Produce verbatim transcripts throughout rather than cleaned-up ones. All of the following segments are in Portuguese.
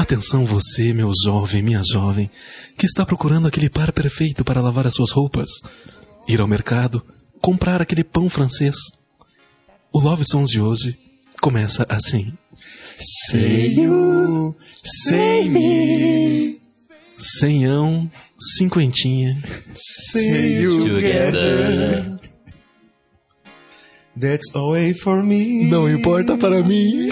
Atenção você, meu jovem, minha jovem, que está procurando aquele par perfeito para lavar as suas roupas, ir ao mercado, comprar aquele pão francês. O Love Songs de hoje começa assim. Say you, say me. Senhão, cinquentinha. Say you together. That's all way for me. Não importa para mim.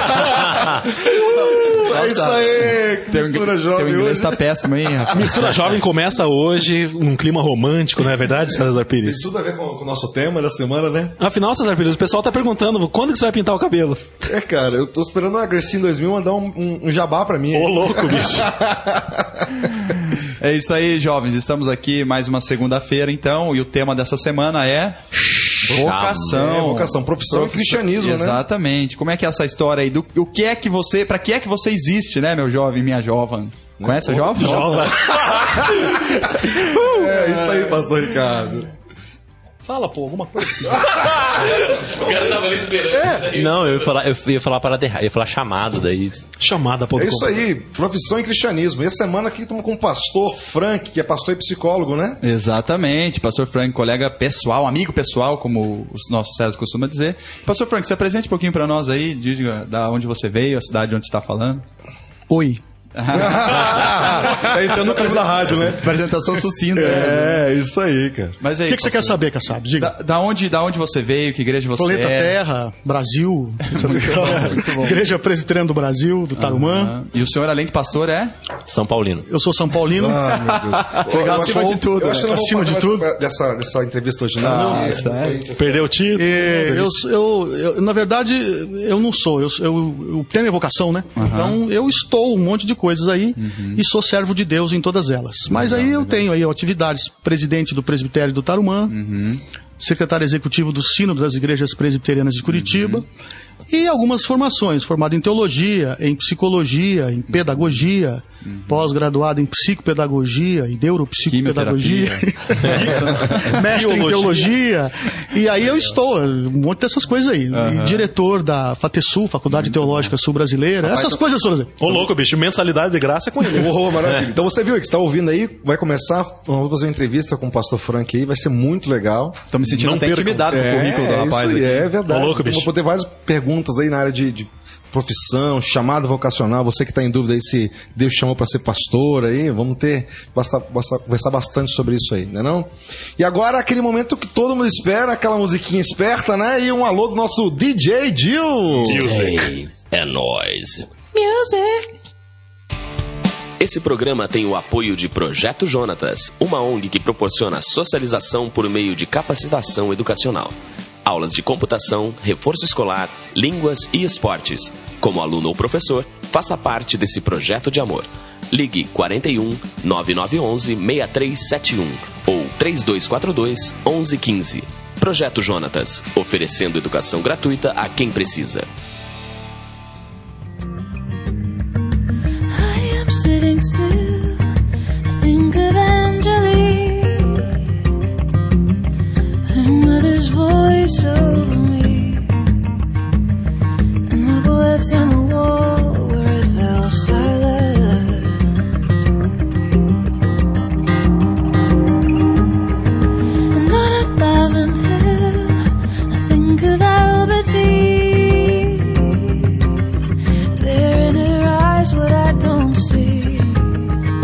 É isso aí, que mistura jovem. Teu inglês tá péssimo, hein, rapaz? Mistura jovem começa hoje num clima romântico, não é verdade, César Pires? Tem tudo a ver com, com o nosso tema da semana, né? Afinal, César Pires, o pessoal tá perguntando quando que você vai pintar o cabelo? É, cara, eu tô esperando a Grecinha dois mil mandar um, um, um jabá pra mim. Ô, louco, bicho. É isso aí, jovens. Estamos aqui mais uma segunda-feira, então, e o tema dessa semana é... Vocação. É, vocação, profissão e cristianismo, Exatamente. né? Exatamente. Como é que é essa história aí? Do, o que é que você... Pra que é que você existe, né, meu jovem, minha jovem? Conhece a jovem? Jovem. É isso aí, pastor Ricardo. Fala, pô, alguma coisa. O cara tava ali esperando. É. Não, eu ia falar, eu ia falar parada errada, eu ia falar chamado daí. Chamada, pô. É isso aí, profissão e cristianismo. E essa semana aqui estamos com o pastor Frank, que é pastor e psicólogo, né? Exatamente, pastor Frank, colega pessoal, amigo pessoal, como o nosso César costuma dizer. Pastor Frank, se apresente um pouquinho para nós aí, diga da onde você veio, a cidade onde você está falando. Oi. Tá entrando atrás da rádio, né? Apresentação sucinta. É, né? Isso aí, cara. Mas aí, o que, que você quer saber, Kassab? Diga. Da, da, onde, da onde você veio, que igreja você Planeta é? Terra, Brasil. Muito bom, muito bom. Igreja Presbiteriana do Brasil, do Tarumã. Uhum. E o senhor, além de pastor, é? São Paulino. Eu sou São Paulino. Ah, meu Deus. Pegar acima de tudo. Eu acho que eu não acima vou de tudo. Dessa, dessa entrevista hoje, não. Ah, não, isso é. Perdeu o título. É, eu, eu, eu, na verdade, eu não sou. Eu, eu, eu tenho a minha vocação, né? Uhum. Então, eu estou um monte de coisas aí uhum. e sou servo de Deus em todas elas. Mas legal, aí eu legal. tenho aí atividades, presidente do presbitério do Tarumã, uhum. secretário executivo do Sínodo das Igrejas Presbiterianas de Curitiba, uhum. e algumas formações, formado em teologia, em psicologia, em pedagogia, uhum. pós-graduado em psicopedagogia e neuropsicopedagogia, mestre em teologia, e aí eu estou, um monte dessas coisas aí, uhum. diretor da FATESUL, Faculdade uhum. Teológica Sul-Brasileira, essas tá... coisas todas aí. Ô louco, bicho, mensalidade de graça é com ele. Oh, maravilha. É. Então você viu que está ouvindo aí, vai começar, vamos fazer uma entrevista com o pastor Frank aí, vai ser muito legal. Estou me sentindo Não até intimidado com o currículo é, do rapaz. Isso aí, é verdade. Ô, louco, então, vou poder várias perguntas aí na área de, de profissão, chamada vocacional, você que está em dúvida aí se Deus chamou para ser pastor aí, vamos ter, basta, basta, conversar bastante sobre isso aí, não é não? E agora aquele momento que todo mundo espera, aquela musiquinha esperta, né? E um alô do nosso D J Gil. D J, é nóis. Music. Esse programa tem o apoio de Projeto Jonatas, uma O N G que proporciona socialização por meio de capacitação educacional. Aulas de computação, reforço escolar, línguas e esportes. Como aluno ou professor, faça parte desse projeto de amor. Ligue quarenta e um, nove nove um um, seis três sete um ou três dois quatro dois, onze quinze. Projeto Jonatas, oferecendo educação gratuita a quem precisa. I am sitting still, I think of Angeline, her mother's voice over me, and the bullets on the wall where it fell silent. And on a thousandth hill, I think of Albertine, there in her eyes what I don't see.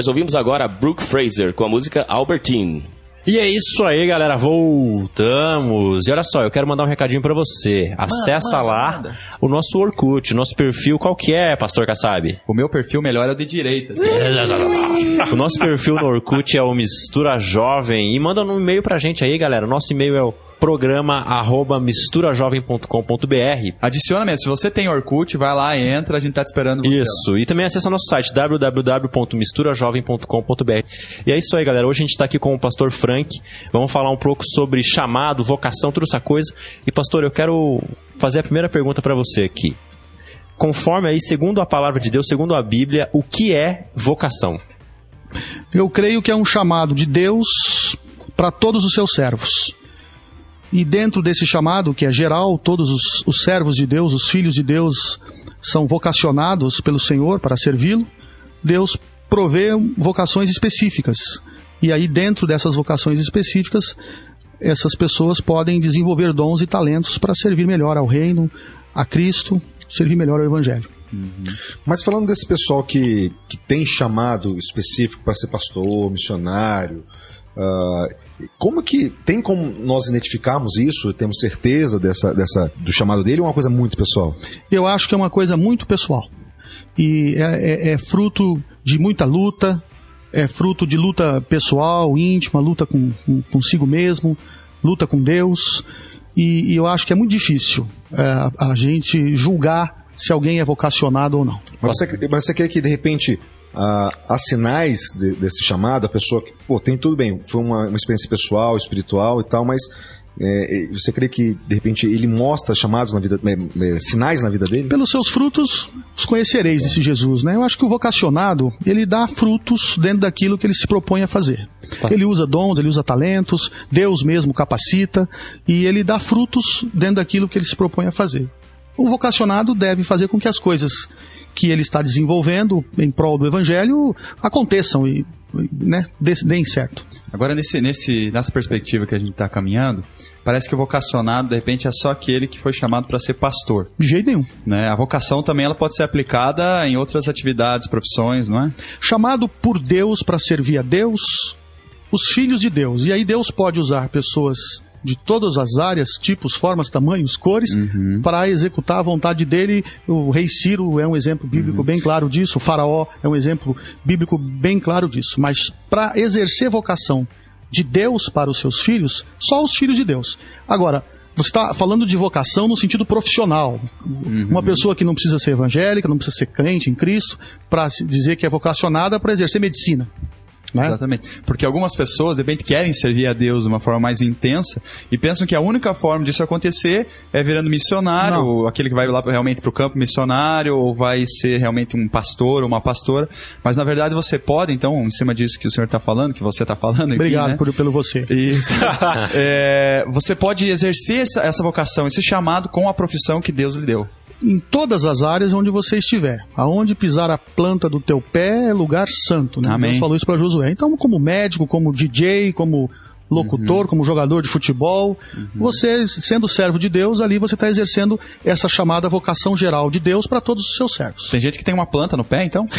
Nós ouvimos agora Brooke Fraser com a música Albertine. E é isso aí, galera, voltamos. E olha só, eu quero mandar um recadinho pra você. Acessa manda, lá manda. o nosso Orkut, o nosso perfil. Qual que é, Pastor Kassab? O meu perfil melhor é o de direita. O nosso perfil no Orkut é o Mistura Jovem. E manda um e-mail pra gente aí, galera. Nosso e-mail é o programa arroba misturajovem ponto com ponto b r. Adiciona mesmo, se você tem Orkut, vai lá, entra, a gente tá te esperando você. Isso, lá. E também acessa nosso site w w w ponto misturajovem ponto com ponto b r. E é isso aí, galera, hoje a gente tá aqui com o pastor Frank, vamos falar um pouco sobre chamado, vocação, toda essa coisa. E pastor, eu quero fazer a primeira pergunta para você aqui. Conforme aí, segundo a palavra de Deus, segundo a Bíblia, o que é vocação? Eu creio que é um chamado de Deus para todos os seus servos. E dentro desse chamado, que é geral, todos os, os servos de Deus, os filhos de Deus, são vocacionados pelo Senhor para servi-lo. Deus provê vocações específicas. E aí, dentro dessas vocações específicas, essas pessoas podem desenvolver dons e talentos para servir melhor ao reino, a Cristo, servir melhor ao Evangelho. Uhum. Mas falando desse pessoal que, que tem chamado específico para ser pastor, missionário... Uh, como que tem como nós identificarmos isso, temos certeza dessa, dessa, do chamado dele, ou é uma coisa muito pessoal? Eu acho que é uma coisa muito pessoal e é, é, é fruto de muita luta, é fruto de luta pessoal, íntima, luta com, com, consigo mesmo, luta com Deus, e, e eu acho que é muito difícil é, a, a gente julgar se alguém é vocacionado ou não. Mas você, mas você quer que de repente Uh, há sinais de, desse chamado, a pessoa que, pô, tem tudo bem, foi uma, uma experiência pessoal, espiritual e tal, mas é, você crê que, de repente, ele mostra chamados na vida, é, é, sinais na vida dele? Pelos seus frutos os conhecereis, disse Jesus, né? Eu acho que o vocacionado, ele dá frutos dentro daquilo que ele se propõe a fazer. Tá. Ele usa dons, ele usa talentos, Deus mesmo capacita, e ele dá frutos dentro daquilo que ele se propõe a fazer. O vocacionado deve fazer com que as coisas que ele está desenvolvendo em prol do Evangelho aconteçam e, né, deem certo. Agora, nesse, nesse, nessa perspectiva que a gente está caminhando, parece que o vocacionado, de repente, é só aquele que foi chamado para ser pastor. De jeito nenhum. Né? A vocação também ela pode ser aplicada em outras atividades, profissões, não é? Chamado por Deus para servir a Deus, os filhos de Deus. E aí Deus pode usar pessoas de todas as áreas, tipos, formas, tamanhos, cores, uhum. para executar a vontade dele. O rei Ciro é um exemplo bíblico uhum. bem claro disso, o faraó é um exemplo bíblico bem claro disso. Mas para exercer vocação de Deus para os seus filhos, só os filhos de Deus. Agora, você está falando de vocação no sentido profissional. Uhum. Uma pessoa que não precisa ser evangélica, não precisa ser crente em Cristo, para dizer que é vocacionada para exercer medicina. Né? Exatamente, porque algumas pessoas de repente querem servir a Deus de uma forma mais intensa e pensam que a única forma disso acontecer é virando missionário, não. ou aquele que vai lá realmente para o campo missionário, ou vai ser realmente um pastor ou uma pastora, mas na verdade você pode, então, em cima disso que o senhor está falando, que você está falando. Obrigado aqui, né? por, pelo você. Isso. é, você pode exercer essa, essa vocação, esse chamado com a profissão que Deus lhe deu. Em todas as áreas onde você estiver. Aonde pisar a planta do teu pé é lugar santo. Né? Deus falou isso para Josué. Então, como médico, como D J, como locutor, uhum. como jogador de futebol, uhum. você, sendo servo de Deus, ali você está exercendo essa chamada vocação geral de Deus para todos os seus servos. Tem gente que tem uma planta no pé, então?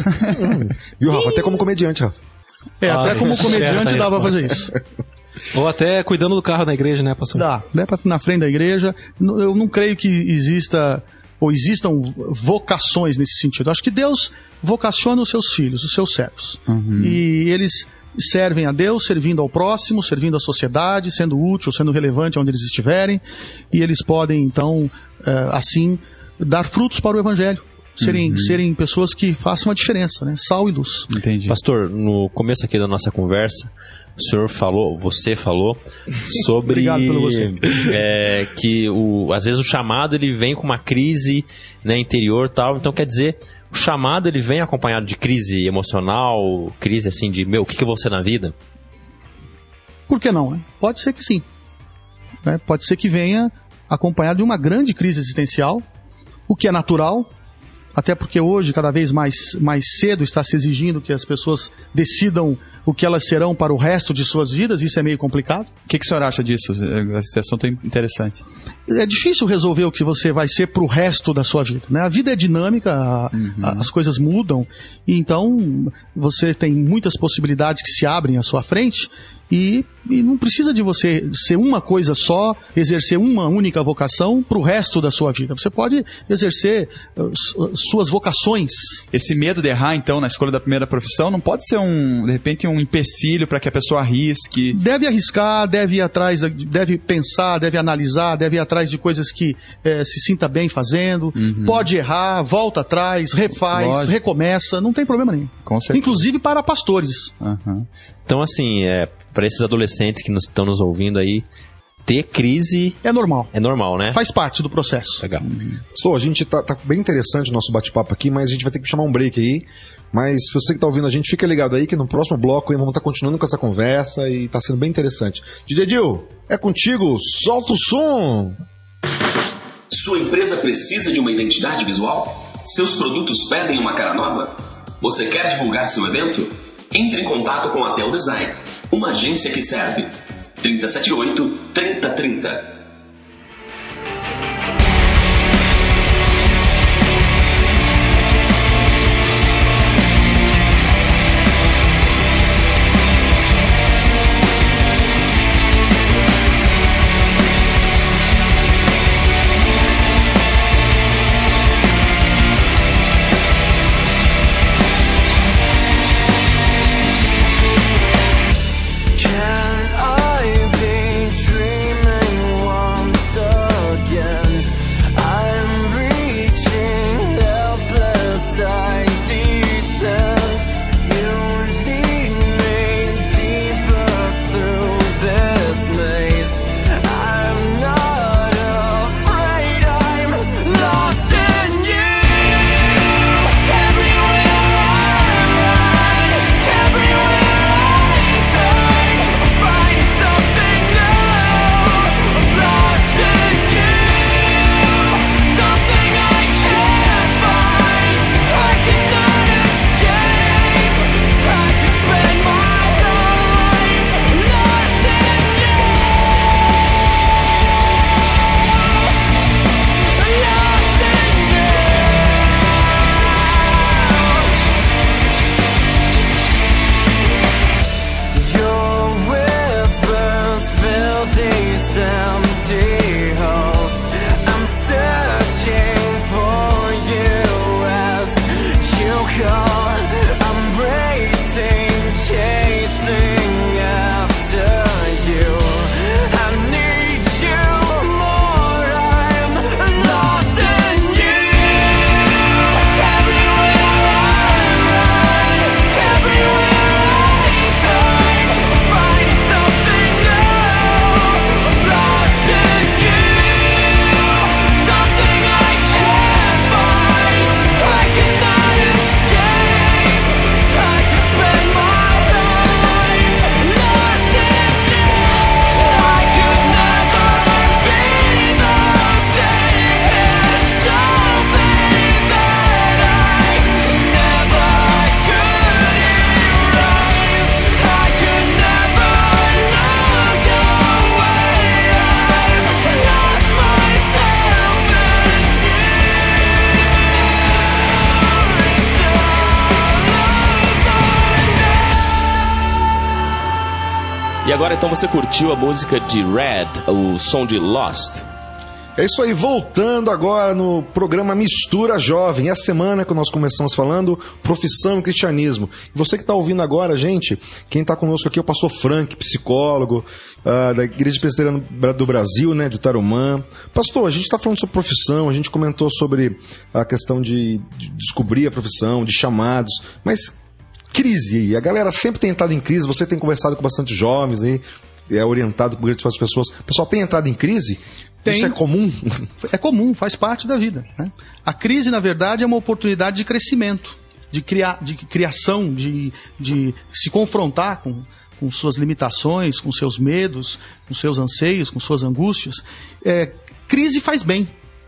Viu, Rafa? Até como comediante, Rafa. É, ah, até como comediante dá para fazer isso. Ou até cuidando do carro na igreja, né, pastor? Dá, né, na frente da igreja. Eu não creio que exista, ou existam vocações nesse sentido. Acho que Deus vocaciona os seus filhos, os seus servos. Uhum. E eles servem a Deus, servindo ao próximo, servindo à sociedade, sendo útil, sendo relevante onde eles estiverem. E eles podem, então, assim, dar frutos para o Evangelho. Serem, uhum. serem pessoas que façam a diferença, né? Sal e luz. Entendi. Pastor, no começo aqui da nossa conversa, o senhor falou, você falou sobre Obrigado pelo você. É, que o, às vezes o chamado ele vem com uma crise, né, interior e tal. Então quer dizer, o chamado ele vem acompanhado de crise emocional, crise assim de, meu, o que, que eu vou ser na vida? Por que não? Né? Pode ser que sim. Né? Pode ser que venha acompanhado de uma grande crise existencial, o que é natural. até porque hoje, cada vez mais, mais cedo, está se exigindo que as pessoas decidam o que elas serão para o resto de suas vidas, isso é meio complicado. O que, que o senhor acha disso? Esse assunto é interessante. É difícil resolver o que você vai ser para o resto da sua vida, né? A vida é dinâmica, a, Uhum. a, as coisas mudam, e então você tem muitas possibilidades que se abrem à sua frente, e, e não precisa de você ser uma coisa só, exercer uma única vocação para o resto da sua vida. Você pode exercer uh, suas vocações. Esse medo de errar, então, na escolha da primeira profissão, não pode ser, um de repente, um empecilho para que a pessoa arrisque? Deve arriscar, deve ir atrás, deve pensar, deve analisar, deve ir atrás de coisas que eh, se sinta bem fazendo. Uhum. Pode errar, volta atrás, refaz, Lógico. recomeça, não tem problema nenhum. Com certeza. Inclusive para pastores. Uhum. Então, assim, é, para esses adolescentes que nos, estão nos ouvindo aí, ter crise... É normal. É normal, né? Faz parte do processo. Legal. Pastor, a gente tá, tá bem interessante o nosso bate-papo aqui, mas a gente vai ter que chamar um break aí. Mas se você que tá ouvindo a gente, fica ligado aí que no próximo bloco aí vamos estar tá continuando com essa conversa e tá sendo bem interessante. D J Dil, é contigo, solta o som! Sua empresa precisa de uma identidade visual? Seus produtos pedem uma cara nova? Você quer divulgar seu evento? Entre em contato com a Tel Design, uma agência que serve. trinta e sete oito, trinta trinta. E agora então você curtiu a música de Red, o som de Lost. É isso aí, voltando agora no programa Mistura Jovem. É a semana que nós começamos falando profissão e cristianismo. E você que está ouvindo agora, gente, quem está conosco aqui é o pastor Frank, psicólogo uh, da Igreja Presbiteriana do Brasil, né, de Tarumã. Pastor, a gente está falando sobre profissão, a gente comentou sobre a questão de, de descobrir a profissão, de chamados, mas crise, a galera sempre tem entrado em crise, você tem conversado com bastante jovens aí, é orientado por grandes pessoas. O pessoal tem entrado em crise? Tem. Isso é comum? É comum, faz parte da vida, né? A crise, na verdade, é uma oportunidade de crescimento, de, criar, de criação, de, de se confrontar com, com suas limitações, com seus medos, com seus anseios, com suas angústias. É, crise faz bem.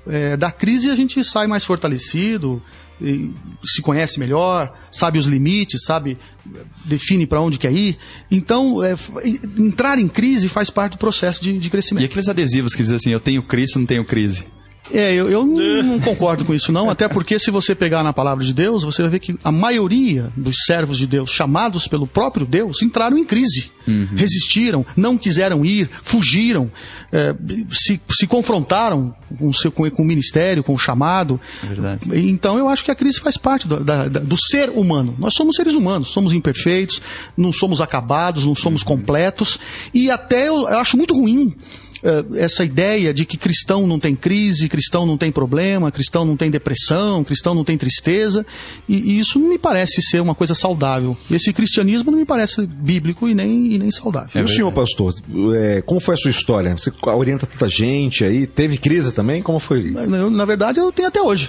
é, da crise a gente sai mais fortalecido, e se conhece melhor, sabe os limites, sabe, define para onde quer ir. Então, é, entrar em crise faz parte do processo de, de crescimento. E aqueles adesivos que dizem assim, eu tenho crise, não tenho crise? É, eu, eu não, não concordo com isso não, até porque se você pegar na palavra de Deus, você vai ver que a maioria dos servos de Deus, chamados pelo próprio Deus, entraram em crise, uhum. resistiram, não quiseram ir, fugiram, é, se, se confrontaram com o, seu, com, com o ministério, com o chamado. É verdade. Então eu acho que a crise faz parte do, da, da, do ser humano. Nós somos seres humanos, somos imperfeitos, não somos acabados, não somos uhum. completos, e até eu, eu acho muito ruim essa ideia de que cristão não tem crise, cristão não tem problema, cristão não tem depressão, cristão não tem tristeza, e, e isso não me parece ser uma coisa saudável. Esse cristianismo não me parece bíblico e nem, e nem saudável. E o senhor, pastor, é, como foi a sua história? Você orienta tanta gente aí, teve crise também? Como foi? Eu, na verdade, eu tenho até hoje.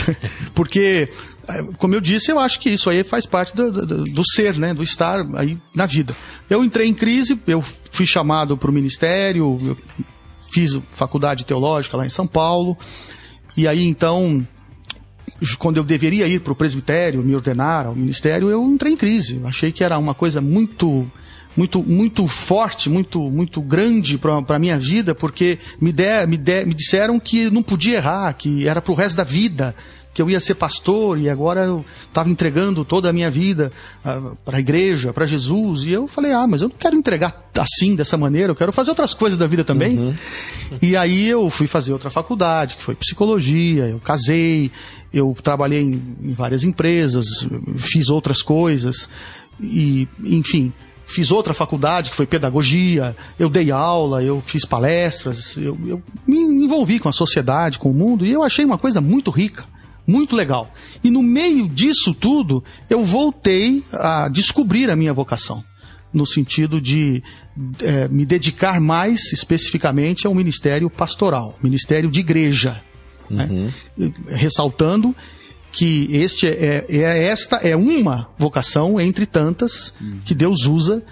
Porque, como eu disse, eu acho que isso aí faz parte do, do, do ser, né, do estar aí na vida. Eu entrei em crise, eu fui chamado para o ministério, eu fiz faculdade teológica lá em São Paulo, e aí então, quando eu deveria ir para o presbitério, me ordenar ao ministério, eu entrei em crise. Eu achei que era uma coisa muito... muito muito forte, muito muito grande para a minha vida, porque me, der, me, der, me disseram que não podia errar, que era para o resto da vida, que eu ia ser pastor, e agora eu estava entregando toda a minha vida uh, para a igreja, para Jesus, e eu falei, ah, mas eu não quero entregar assim, dessa maneira, eu quero fazer outras coisas da vida também. Uhum. E aí eu fui fazer outra faculdade, que foi psicologia, eu casei, eu trabalhei em, em várias empresas, fiz outras coisas, e enfim... Fiz outra faculdade, que foi pedagogia, eu dei aula, eu fiz palestras, eu, eu me envolvi com a sociedade, com o mundo, e eu achei uma coisa muito rica, muito legal. E no meio disso tudo, eu voltei a descobrir a minha vocação, no sentido de é, me dedicar mais especificamente ao ministério pastoral, ministério de igreja, uhum. né? Ressaltando que este é, é, esta é uma vocação entre tantas que Deus usa,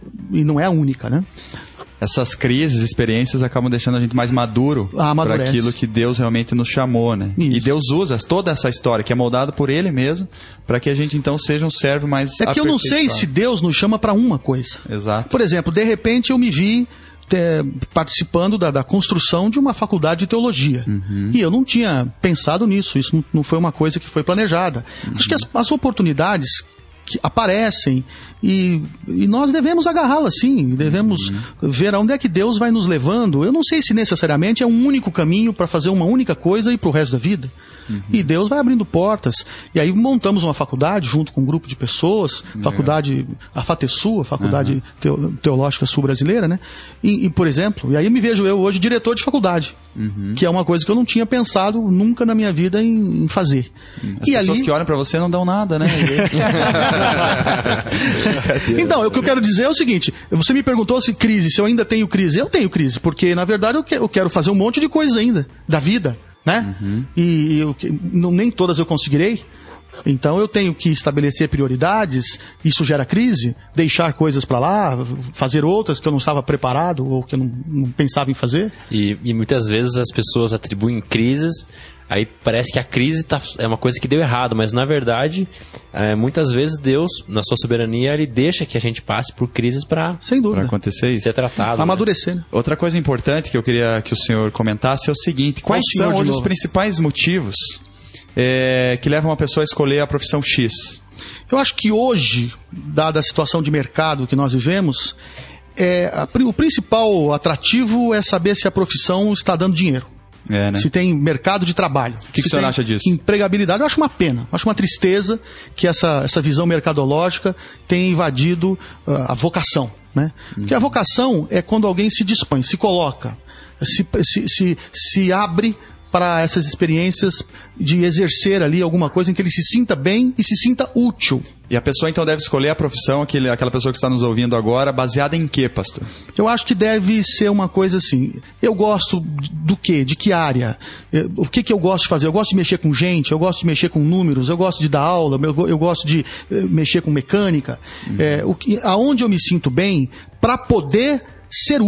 e não é a única, né? Essas crises, experiências acabam deixando a gente mais maduro ah, para aquilo que Deus realmente nos chamou, né? Isso. E Deus usa toda essa história que é moldada por Ele mesmo para que a gente então seja um servo mais É que eu não sei se Deus nos chama para uma coisa. Exato. Por exemplo, de repente eu me vi É, participando da, da construção de uma faculdade de teologia. Uhum. E eu não tinha pensado nisso, isso não, não foi uma coisa que foi planejada. Uhum. Acho que as, as oportunidades que aparecem e, e nós devemos agarrá-las sim, devemos uhum. ver aonde é que Deus vai nos levando. Eu não sei se necessariamente é um único caminho para fazer uma única coisa e para o resto da vida. Uhum. E Deus vai abrindo portas. E aí montamos uma faculdade junto com um grupo de pessoas, Legal. faculdade, a FATESU, a Faculdade uhum. Teo, Teológica Sul-Brasileira, né? E, e, por exemplo, e aí me vejo eu hoje diretor de faculdade, uhum. que é uma coisa que eu não tinha pensado nunca na minha vida em, em fazer. As e pessoas ali... que olham para você não dão nada, né? Então, o que eu quero dizer é o seguinte, você me perguntou se crise, se eu ainda tenho crise. Eu tenho crise, porque na verdade eu, que, eu quero fazer um monte de coisas ainda, da vida, né? Uhum. E eu, não, nem todas eu conseguirei. Então eu tenho que estabelecer prioridades, isso gera crise, deixar coisas para lá, fazer outras que eu não estava preparado ou que eu não, não pensava em fazer. E, e muitas vezes as pessoas atribuem crises, aí parece que a crise tá, é uma coisa que deu errado, mas na verdade, é, muitas vezes Deus, na sua soberania, Ele deixa que a gente passe por crises para acontecer isso. ser tratado. Amadurecer. Né? Outra coisa importante que eu queria que o senhor comentasse é o seguinte, quais são hoje os principais motivos É, que leva uma pessoa a escolher a profissão X? Eu acho que hoje, dada a situação de mercado que nós vivemos, é, a, o principal atrativo é saber se a profissão está dando dinheiro. É, né? Se tem mercado de trabalho. O que, que o senhor acha disso? Empregabilidade. Eu acho uma pena, acho uma tristeza que essa, essa visão mercadológica tenha invadido uh, a vocação. Né? Hum. Porque a vocação é quando alguém se dispõe, se coloca, se, se, se, se abre para essas experiências de exercer ali alguma coisa em que ele se sinta bem e se sinta útil. E a pessoa então deve escolher a profissão, aquele, aquela pessoa que está nos ouvindo agora, baseada em quê, pastor? Eu acho que deve ser uma coisa assim, eu gosto do quê? De que área? O que que eu gosto de fazer? Eu gosto de mexer com gente, eu gosto de mexer com números, eu gosto de dar aula, eu, eu gosto de mexer com mecânica. Uhum. É, o que, aonde eu me sinto bem para poder ser útil.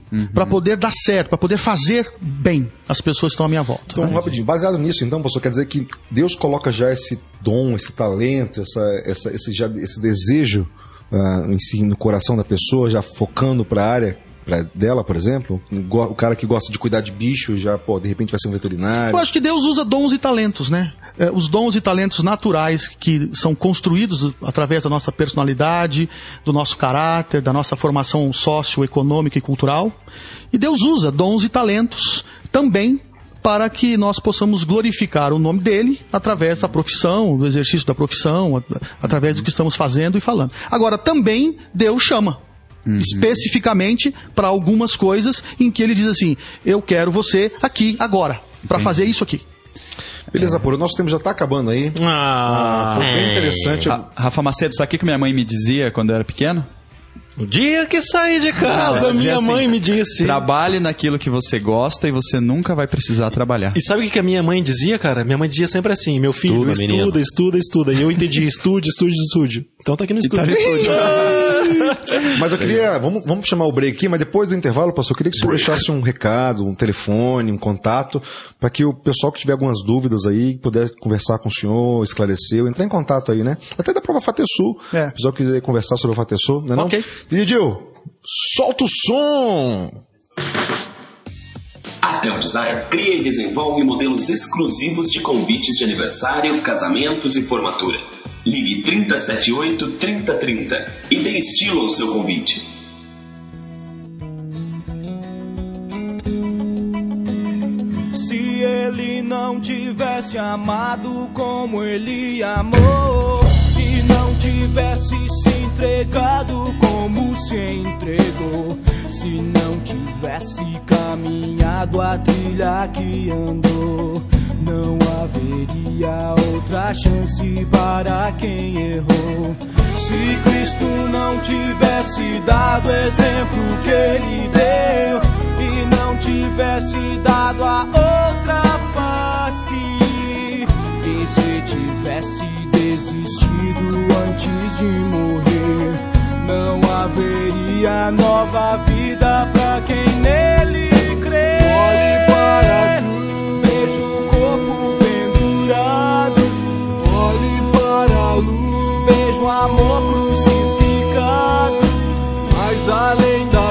uhum. para poder dar certo, para poder fazer bem as pessoas que estão à minha volta. Então, né? rapidinho, baseado nisso, então, pastor, quer dizer que Deus coloca já esse dom, esse talento, essa, essa, esse, já, esse desejo uh, em si, no coração da pessoa, já focando para a área pra dela, por exemplo? O cara que gosta de cuidar de bicho, já, pô, de repente vai ser um veterinário. Eu acho que Deus usa dons e talentos, né? É, os dons e talentos naturais que são construídos através da nossa personalidade, do nosso caráter, da nossa formação socioeconômica e cultural. E Deus usa dons e talentos também para que nós possamos glorificar o nome dele através da profissão, do exercício da profissão, através do que estamos fazendo e falando. Agora, também Deus chama. Uhum. Especificamente para algumas coisas em que ele diz assim: eu quero você aqui agora para fazer isso aqui. Beleza, puro. O nosso tempo já está acabando aí. Ah, ah, foi bem interessante. Ra- Rafa Macedo, sabe o que minha mãe me dizia quando eu era pequeno? O dia que saí de casa, Ela dizia minha assim, mãe me disse. Trabalhe naquilo que você gosta e você nunca vai precisar trabalhar. E sabe o que que a minha mãe dizia, cara? Minha mãe dizia sempre assim: meu filho, Estuda, estuda, menino. estuda, estuda. E eu entendi: estude, estude, estude. Então tá aqui no E tá estúdio. no estúdio. Mas eu queria, vamos, vamos chamar o break aqui, mas depois do intervalo, pastor, eu queria que você deixasse um recado, um telefone, um contato, para que o pessoal que tiver algumas dúvidas aí, puder conversar com o senhor, esclarecer, ou entrar em contato aí, né? Até da própria FATESUL. É. O pessoal que quiser conversar sobre a FATESUL, né? Não? Ok. Didil, solta o som! A Tel Design cria e desenvolve modelos exclusivos de convites de aniversário, casamentos e formatura. Ligue trinta, setenta e oito, trinta, trinta e dê estilo ao seu convite. Se ele não tivesse amado como ele amou, e não tivesse se entregado como se entregou, se não tivesse caminhado a trilha que andou, não haveria outra chance para quem errou. Se Cristo não tivesse dado o exemplo que ele deu, e não tivesse dado a outra face, e se tivesse desistido antes de morrer, não haveria nova vida para quem nele crê. Olhe para a cruz, veja o corpo pendurado. Olhe para a luz, veja o amor crucificado. Mas além da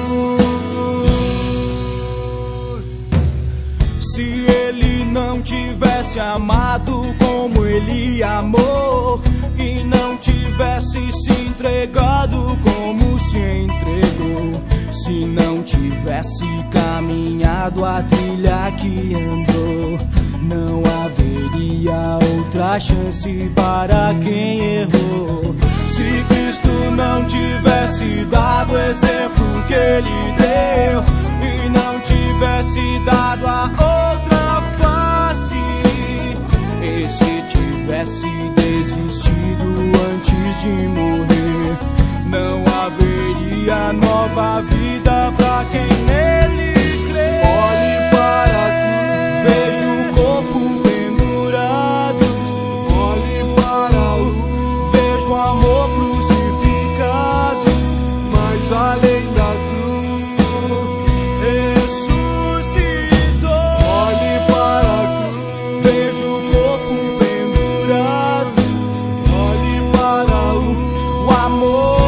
cruz, se ele não tivesse amado como ele amou, e não tivesse se entregado como se entregou, se não tivesse caminhado a trilha que andou, não haveria outra chance para quem errou. Se Cristo não tivesse dado o exemplo que ele deu, e não tivesse dado a outra face, e se tivesse desistido antes de morrer, não haveria nova vida pra quem nele crê. Olhe para a cruz, veja o corpo pendurado. Olhe para a luz, veja o amor crucificado. Mas além da cruz, ressuscitou. Olhe para a cruz, veja o corpo pendurado. Olhe para a luz, o amor.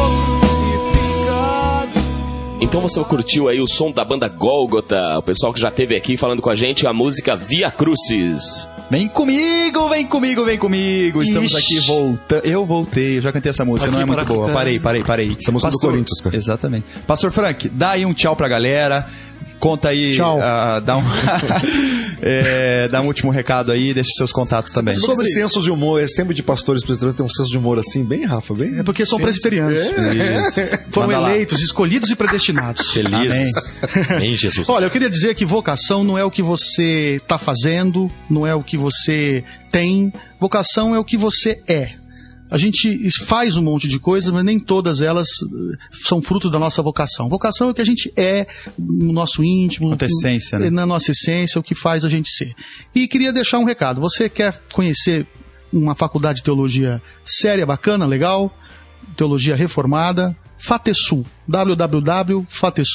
Então você curtiu aí o som da banda Gólgota, o pessoal que já esteve aqui falando com a gente, a música Via Crucis. Vem comigo, vem comigo, vem comigo. Estamos Ixi. aqui voltando. Eu voltei, eu já cantei essa música, Aqui não é muito para boa. ficar. Parei, parei, parei. Essa música é do Corinthians, cara. Exatamente. Pastor Frank, dá aí um tchau pra galera. Conta aí, Tchau. ah, dá, um é, dá um último recado aí, deixa seus contatos também. Sobre sensos de humor, é sempre de pastores presbiterianos tem um senso de humor assim, bem, Rafa, bem. É porque são senso- presbiterianos. Isso. Foram Manda lá. eleitos, escolhidos e predestinados. Felizes. Amém, Jesus. Olha, eu queria dizer que vocação não é o que você está fazendo, não é o que você tem. Vocação é o que você é. A gente faz um monte de coisas, mas nem todas elas eh, são fruto da nossa vocação. Vocação é o que a gente é no nosso íntimo, Na tua essência, né? na nossa essência, o que faz a gente ser. E queria deixar um recado. Você quer conhecer uma faculdade de teologia séria, bacana, legal? Teologia reformada? FATESUL. w w w ponto fatesul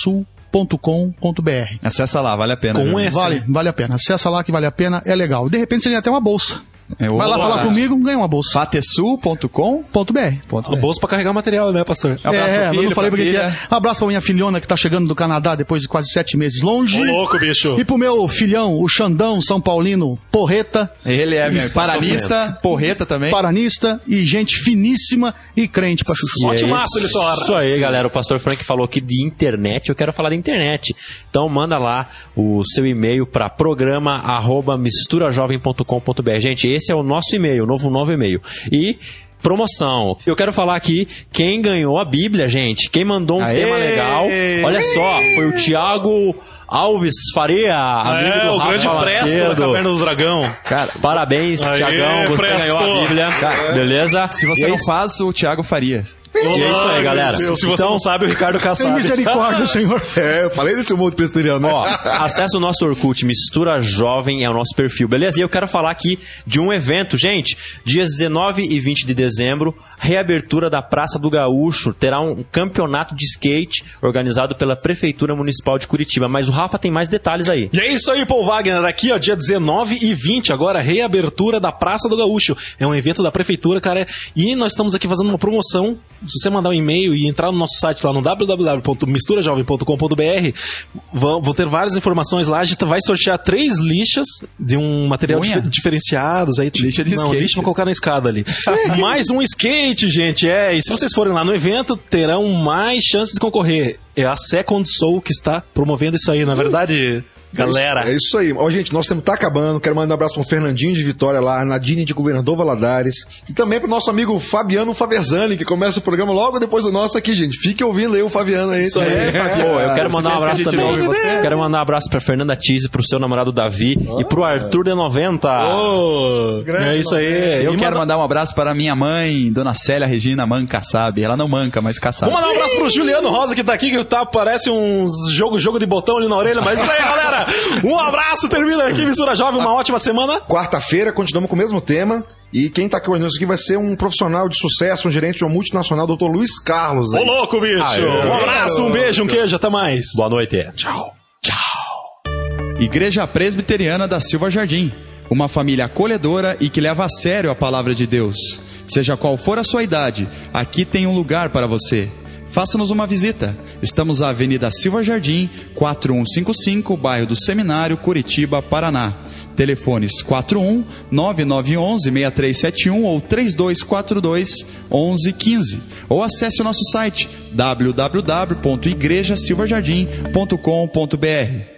ponto com ponto b r. Acessa lá, vale a pena. Com viu? um S. Vale, vale a pena. Acessa lá que vale a pena, é legal. De repente você ganha até uma bolsa. É, Vai lá opa. falar comigo, ganha uma bolsa. fatesul ponto com Ponto .br. ponto O br. bolso pra carregar material, né, pastor? Abraço é, pro eu filho, não falei pra porque que filha. é. Abraço pra minha filhona que tá chegando do Canadá depois de quase sete meses longe. Ô, louco, bicho. E pro meu filhão, o Xandão, São Paulino, Porreta, Ele é, meu. Paranista, porreta também. paranista e gente finíssima e crente pra chuchu. E é Ótimaço, ele só. Isso aí, galera. O pastor Frank falou aqui de internet. Eu quero falar de internet. Então manda lá o seu e-mail para programa arroba misturajovem ponto com ponto b r. Gente, esse é o nosso e-mail, o novo novo e-mail. E promoção. Eu quero falar aqui quem ganhou a Bíblia, gente. Quem mandou um Aê! tema legal. Olha só, foi o Thiago Alves Faria, amigo É, do o Rafa grande Presto da Macedo. Caverna do Dragão. Cara, Parabéns, Aê, Thiagão. Você Presto. ganhou a Bíblia. Beleza? se você E é não isso- faz, o Thiago faria. E é isso aí, galera. Se você Então, não sabe, o Ricardo Tem Kassab. misericórdia, Senhor. É, eu falei desse mundo presbiteriano, né? Ó, acessa o nosso Orkut, Mistura Jovem é o nosso perfil, beleza? E eu quero falar aqui de um evento, gente. Dias dezenove e vinte de dezembro, reabertura da Praça do Gaúcho. Terá um campeonato de skate organizado pela Prefeitura Municipal de Curitiba. Mas o Rafa tem mais detalhes aí. E é isso aí, Paul Wagner. Aqui, ó, dia dezenove e vinte, agora, reabertura da Praça do Gaúcho. É um evento da Prefeitura, cara. E nós estamos aqui fazendo uma promoção. Se você mandar um e-mail e entrar no nosso site lá no w w w ponto mistura jovem ponto com ponto b r, vão, vão ter várias informações lá. A gente vai sortear três lixas de um material Unha? dif- diferenciados. Aí, Lixa de não, skate. lixa pra colocar na escada ali. Mais um skate, gente. É, e se vocês forem lá no evento, terão mais chances de concorrer. É a Second Soul que está promovendo isso aí, na verdade, galera. É isso aí. Ó, gente, nosso tempo tá acabando. Quero mandar um abraço pro Fernandinho de Vitória lá, Nadine de Governador Valadares. E também pro nosso amigo Fabiano Faversani, que começa o programa logo depois do nosso aqui, gente. Fique ouvindo aí o Fabiano aí. Isso aí. É, Pô, eu quero você mandar um fez que a abraço gente também. não ouve você? Quero mandar um abraço pra Fernanda Tise, pro seu namorado Davi e pro Arthur de noventa. Ô, é isso aí. Eu E quero manda- mandar um abraço para minha mãe, Dona Célia Regina Manca, sabe? Ela não manca, mas caçabe. Vamos mandar um abraço pro Juliano Rosa que tá aqui, que tá, parece uns jogo, jogo de botão ali na orelha, mas isso aí, galera. Um abraço, termina aqui, Mistura Jovem, uma ótima semana. Quarta-feira, continuamos com o mesmo tema. E quem tá aqui hoje aqui vai ser um profissional de sucesso, um gerente de uma multinacional, doutor Luiz Carlos. Ô, aí. louco, bicho. Um abraço, um beijo, um queijo, até mais. Boa noite. Tchau. Igreja Presbiteriana da Silva Jardim. Uma família acolhedora e que leva a sério a palavra de Deus. Seja qual for a sua idade, aqui tem um lugar para você. Faça-nos uma visita. Estamos na Avenida Silva Jardim, quatro um cinco cinco, bairro do Seminário, Curitiba, Paraná. Telefones quatro um nove nove um um seis três sete um ou três dois quatro dois um um um cinco. Ou acesse o nosso site w w w ponto igreja silva jardim ponto com ponto b r.